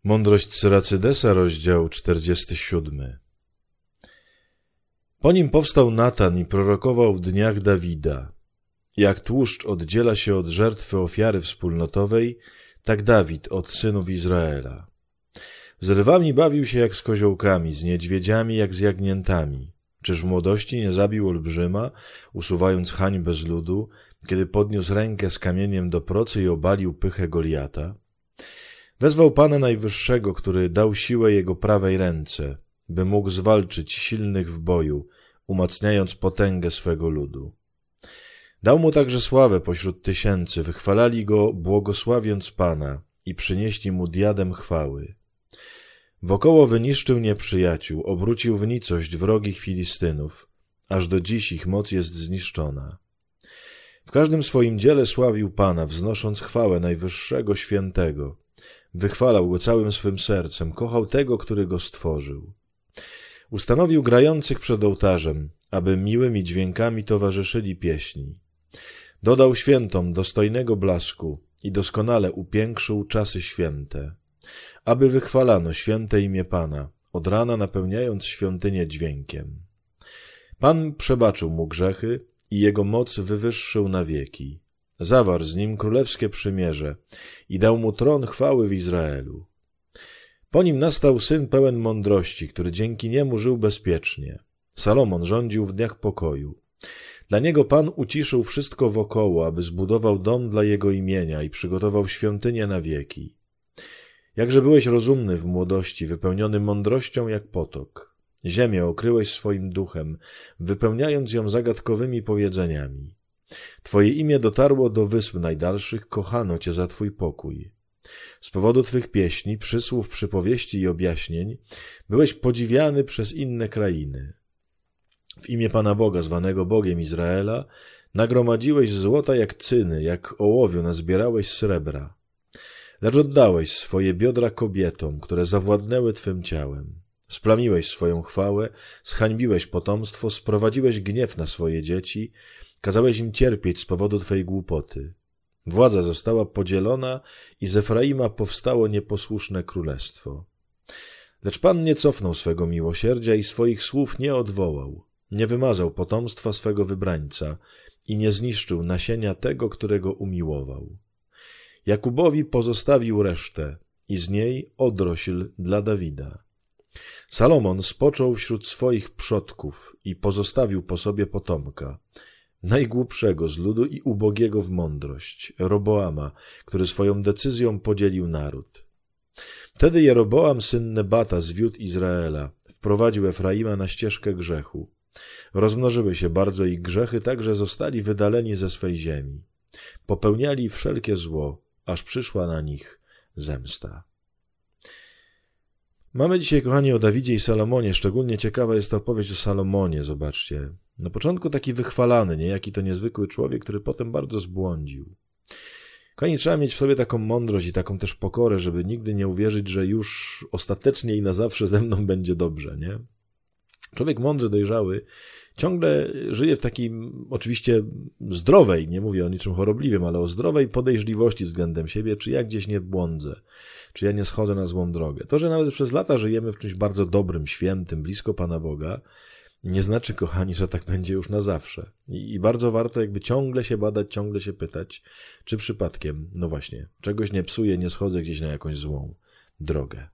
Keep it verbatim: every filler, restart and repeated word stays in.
Mądrość Syracydesa, rozdział czterdziesty siódmy. Po nim powstał Natan i prorokował w dniach Dawida. Jak tłuszcz oddziela się od żertwy ofiary wspólnotowej, tak Dawid od synów Izraela. Z lwami bawił się jak z koziołkami, z niedźwiedziami jak z jagniętami. Czyż w młodości nie zabił olbrzyma, usuwając hańbę z ludu, kiedy podniósł rękę z kamieniem do procy i obalił pychę Goliata? Wezwał Pana Najwyższego, który dał siłę jego prawej ręce, by mógł zwalczyć silnych w boju, umacniając potęgę swego ludu. Dał mu także sławę pośród tysięcy, wychwalali go, błogosławiąc Pana i przynieśli mu diadem chwały. Wokoło wyniszczył nieprzyjaciół, obrócił w nicość wrogich Filistynów, aż do dziś ich moc jest zniszczona. W każdym swoim dziele sławił Pana, wznosząc chwałę Najwyższego Świętego. Wychwalał go całym swym sercem, kochał tego, który go stworzył. Ustanowił grających przed ołtarzem, aby miłymi dźwiękami towarzyszyli pieśni. Dodał świętom dostojnego blasku i doskonale upiększył czasy święte, aby wychwalano święte imię Pana, od rana napełniając świątynię dźwiękiem. Pan przebaczył mu grzechy i jego moc wywyższył na wieki. Zawarł z nim królewskie przymierze i dał mu tron chwały w Izraelu. Po nim nastał syn pełen mądrości, który dzięki niemu żył bezpiecznie. Salomon rządził w dniach pokoju. Dla niego Pan uciszył wszystko wokoło, aby zbudował dom dla jego imienia i przygotował świątynię na wieki. Jakże byłeś rozumny w młodości, wypełniony mądrością jak potok. Ziemię okryłeś swoim duchem, wypełniając ją zagadkowymi powiedzeniami. Twoje imię dotarło do wysp najdalszych, kochano Cię za Twój pokój. Z powodu Twych pieśni, przysłów, przypowieści i objaśnień byłeś podziwiany przez inne krainy. W imię Pana Boga, zwanego Bogiem Izraela, nagromadziłeś złota jak cyny, jak ołowiu nazbierałeś srebra. Lecz oddałeś swoje biodra kobietom, które zawładnęły Twym ciałem. Splamiłeś swoją chwałę, zhańbiłeś potomstwo, sprowadziłeś gniew na swoje dzieci, kazałeś im cierpieć z powodu Twej głupoty. Władza została podzielona i z Efraima powstało nieposłuszne królestwo. Lecz Pan nie cofnął swego miłosierdzia i swoich słów nie odwołał. Nie wymazał potomstwa swego wybrańca i nie zniszczył nasienia tego, którego umiłował. Jakubowi pozostawił resztę i z niej odrośl dla Dawida. Salomon spoczął wśród swoich przodków i pozostawił po sobie potomka, najgłupszego z ludu i ubogiego w mądrość, Roboama, który swoją decyzją podzielił naród. Wtedy Jeroboam, syn Nebata, zwiódł Izraela, wprowadził Efraima na ścieżkę grzechu. Rozmnożyły się bardzo ich grzechy, tak że zostali wydaleni ze swej ziemi. Popełniali wszelkie zło, aż przyszła na nich zemsta. Mamy dzisiaj, kochani, o Dawidzie i Salomonie. Szczególnie ciekawa jest ta opowieść o Salomonie, zobaczcie. Na początku taki wychwalany, niejaki to niezwykły człowiek, który potem bardzo zbłądził. Kochani, trzeba mieć w sobie taką mądrość i taką też pokorę, żeby nigdy nie uwierzyć, że już ostatecznie i na zawsze ze mną będzie dobrze, nie? Człowiek mądry, dojrzały ciągle żyje w takiej oczywiście zdrowej, nie mówię o niczym chorobliwym, ale o zdrowej podejrzliwości względem siebie, czy ja gdzieś nie błądzę, czy ja nie schodzę na złą drogę. To, że nawet przez lata żyjemy w czymś bardzo dobrym, świętym, blisko Pana Boga, nie znaczy, kochani, że tak będzie już na zawsze. I, I bardzo warto jakby ciągle się badać, ciągle się pytać, czy przypadkiem, no właśnie, czegoś nie psuję, nie schodzę gdzieś na jakąś złą drogę.